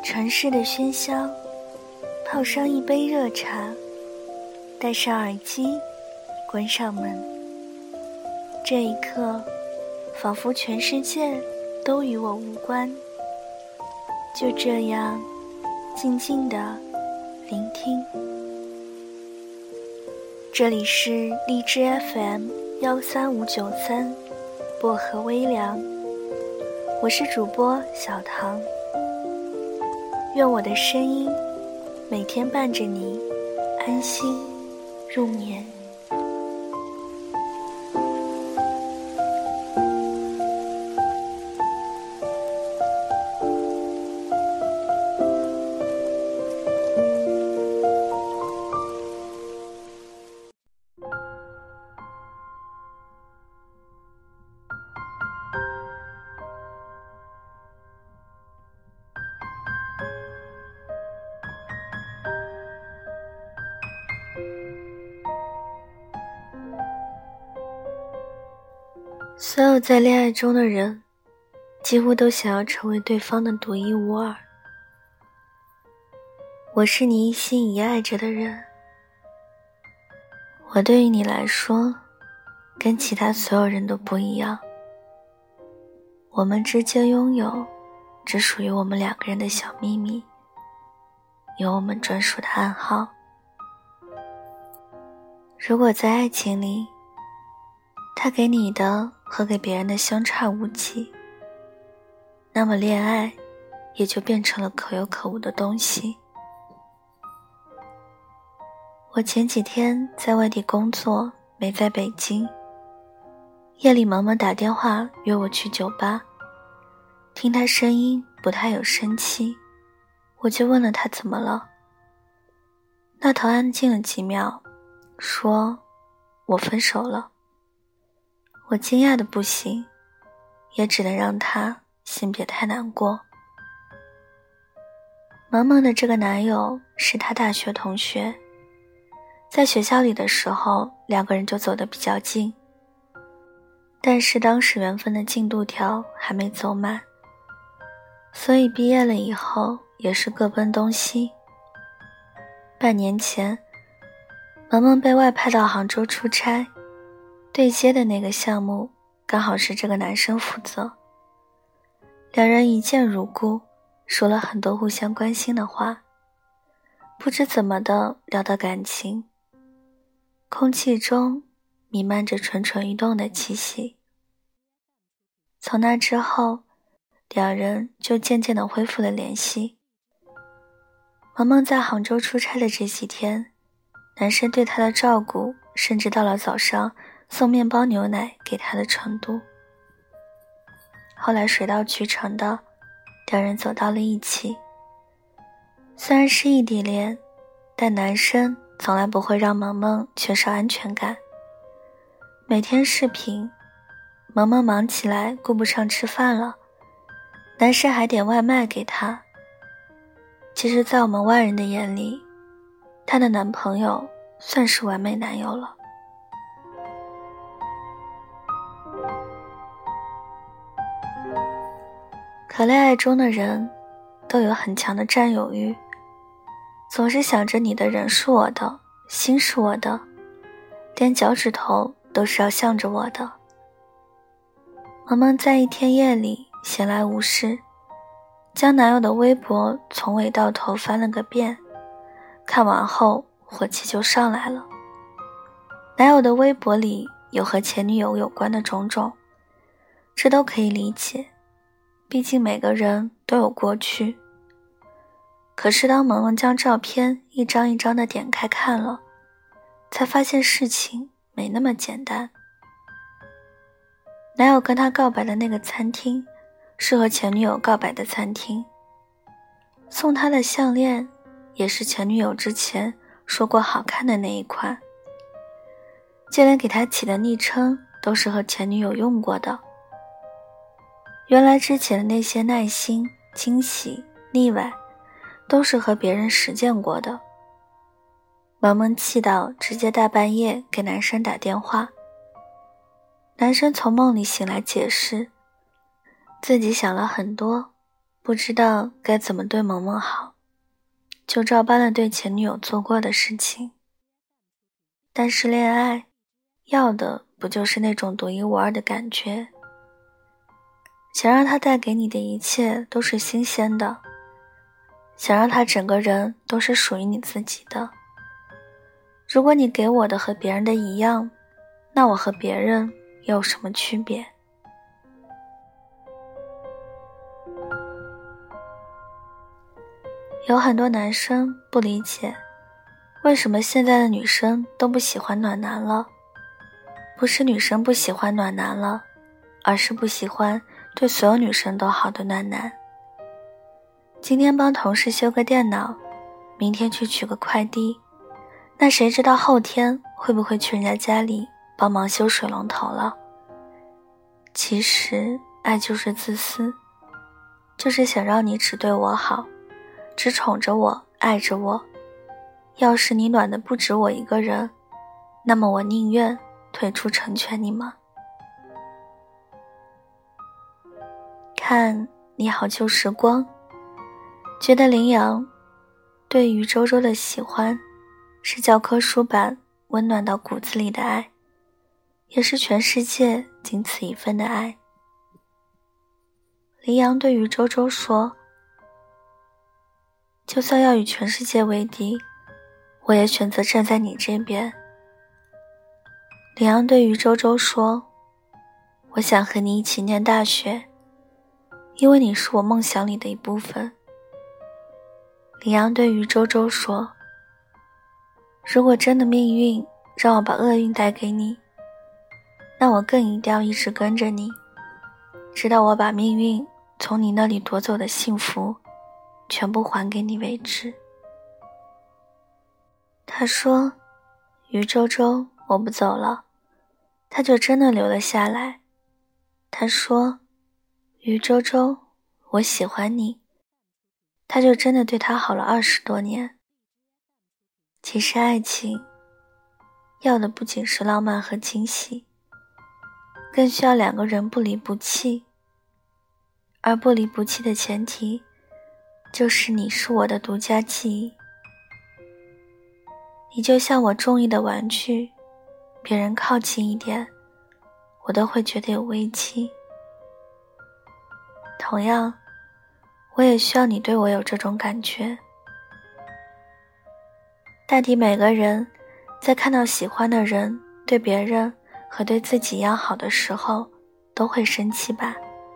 城市的喧嚣，泡上一杯热茶，戴上耳机，关上门。这一刻，仿佛全世界都与我无关。就这样，静静地聆听。这里是荔枝 FM13593，薄荷微凉，我是主播小唐。愿我的声音每天伴着你安心入眠。所有在恋爱中的人，几乎都想要成为对方的独一无二。我是你一心一爱着的人，我对于你来说，跟其他所有人都不一样。我们之间拥有只属于我们两个人的小秘密，有我们专属的暗号。如果在爱情里，他给你的和给别人的相差无几，那么恋爱也就变成了可有可无的东西。我前几天在外地工作，没在北京。夜里萌萌打电话约我去酒吧，听他声音不太有生气，我就问了他怎么了。那头安静了几秒，说我分手了。我惊讶的不行，也只能让他先别太难过。萌萌的这个男友是他大学同学，在学校里的时候两个人就走得比较近，但是当时缘分的进度条还没走满，所以毕业了以后也是各奔东西。半年前，萌萌被外派到杭州出差，对接的那个项目刚好是这个男生负责。两人一见如故，说了很多互相关心的话，不知怎么的聊到感情，空气中弥漫着蠢蠢欲动的气息。从那之后，两人就渐渐地恢复了联系。萌萌在杭州出差的这几天，男生对她的照顾甚至到了早上送面包牛奶给她的程度。后来水到渠成的，两人走到了一起。虽然是异地恋，但男生从来不会让萌萌缺少安全感。每天视频，萌萌忙起来顾不上吃饭了，男生还点外卖给她。其实在我们外人的眼里，她的男朋友算是完美男友了。可恋爱中的人都有很强的占有欲，总是想着你的人是我的，心是我的，连脚趾头都是要向着我的。萌萌在一天夜里闲来无事，将男友的微博从尾到头翻了个遍，看完后火气就上来了。男友的微博里有和前女友有关的种种，这都可以理解，毕竟每个人都有过去。可是当萌萌将照片一张一张的点开看了，才发现事情没那么简单。男友跟他告白的那个餐厅是和前女友告白的餐厅，送他的项链也是前女友之前说过好看的那一款，就连给他起的昵称都是和前女友用过的。原来之前的那些耐心、惊喜、腻歪都是和别人实践过的。萌萌气到直接大半夜给男生打电话，男生从梦里醒来解释，自己想了很多， 不知道该怎么对萌萌好，就照搬了对前女友做过的事情。但是恋爱要的不就是那种独一无二的感觉？想让他带给你的一切都是新鲜的，想让他整个人都是属于你自己的。如果你给我的和别人的一样，那我和别人又有什么区别？有很多男生不理解，为什么现在的女生都不喜欢暖男了？不是女生不喜欢暖男了，而是不喜欢对所有女生都好的暖男。今天帮同事修个电脑，明天去取个快递，那谁知道后天会不会去人家家里帮忙修水龙头了？其实爱就是自私，就是想让你只对我好，只宠着我，爱着我。要是你暖的不止我一个人，那么我宁愿退出成全你们。看你好旧时光，觉得羚羊对于周周的喜欢是教科书般温暖到骨子里的爱，也是全世界仅此一份的爱。羚羊对于周周说，就算要与全世界为敌，我也选择站在你这边。羚羊对于周周说，我想和你一起念大学，因为你是我梦想里的一部分。羚羊对于周周说，如果真的命运让我把厄运带给你，那我更一定要一直跟着你，直到我把命运从你那里夺走的幸福全部还给你为止。他说，于周周，我不走了，他就真的留了下来。他说，于周周，我喜欢你，他就真的对他好了20多年。其实爱情要的不仅是浪漫和惊喜，更需要两个人不离不弃。而不离不弃的前提，就是你是我的独家记忆。你就像我中意的玩具，别人靠近一点，我都会觉得有危机。同样，我也需要你对我有这种感觉。大抵每个人在看到喜欢的人对别人和对自己一样好的时候，都会生气吧。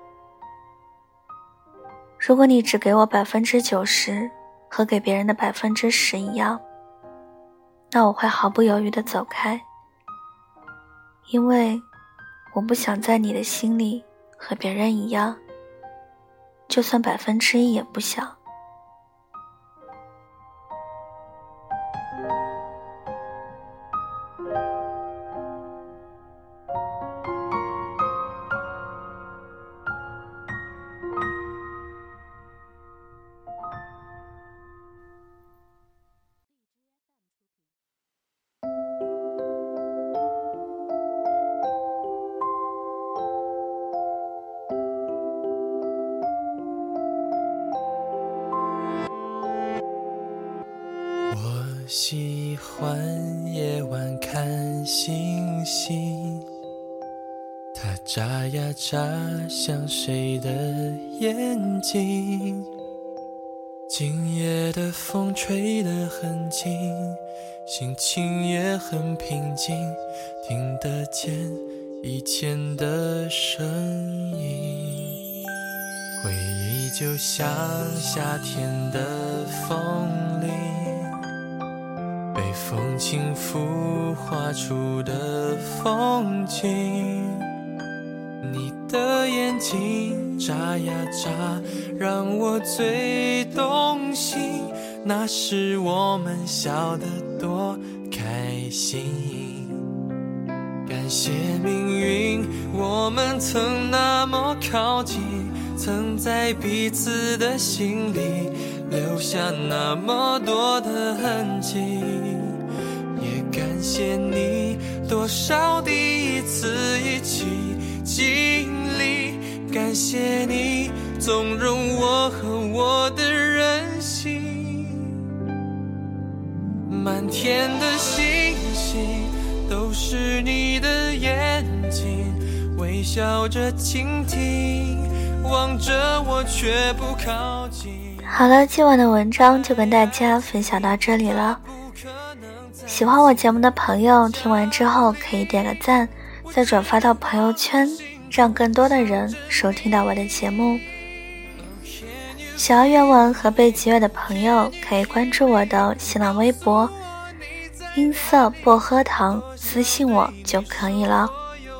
如果你只给我90%，和给别人的10%一样，那我会毫不犹豫地走开，因为我不想在你的心里和别人一样，就算1%也不想。 喜欢夜晚看星星，它眨呀眨，像谁的眼睛。今夜的风吹得很近，心情也很平静，听得见以前的声音。回忆就像夏天的风铃，被风轻抚画出的风景。你的眼睛眨呀眨，让我最动心，那时我们笑得多开心。感谢命运，我们曾那么靠近，曾在彼此的心里留下那么多的痕迹。也感谢你多少第一次一起经历，感谢你纵容我和我的任性。满天的星星都是你的眼睛，微笑着倾听，望着我却不靠近。 好了，今晚的文章就跟大家分享到这里了。喜欢我节目的朋友，听完之后可以点个赞，再转发到朋友圈，让更多的人收听到我的节目。想要原文和背景乐的朋友，可以关注我的新浪微博音色薄荷糖，私信我就可以了。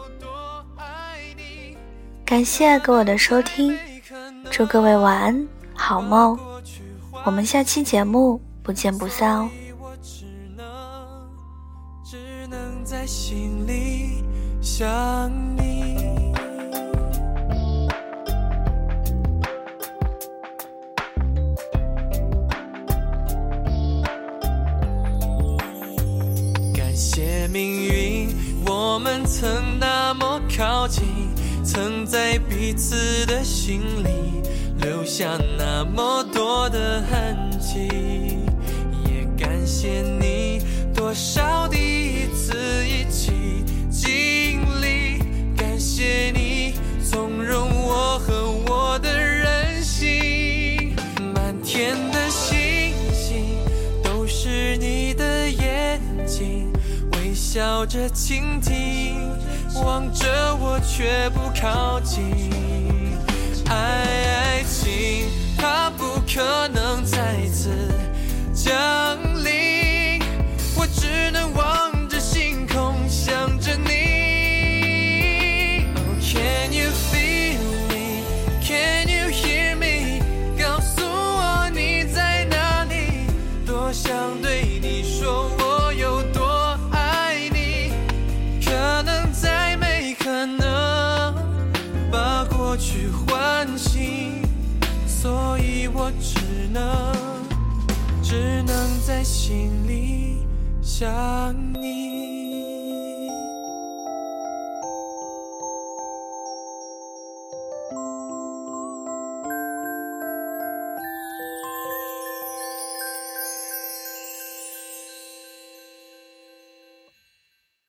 感谢各位的收听，祝各位晚安好梦，我们下期节目不见不散哦。 只能在心里想你。感谢命运，我们曾那么靠近，曾在彼此的心里留下那么多的痕迹。也感谢你多少第一次一起经历，感谢你纵容我和我的任性。满天的星星都是你的眼睛，微笑着倾听，望着我却不靠近。爱情它不可能再次降临，我只能望着星空想着你。 Oh, can you feel me? Can you hear me? 告诉我你在哪里，多想对你说我有多爱你，可能再没可能把过去唤醒，所以我只能在心里想你。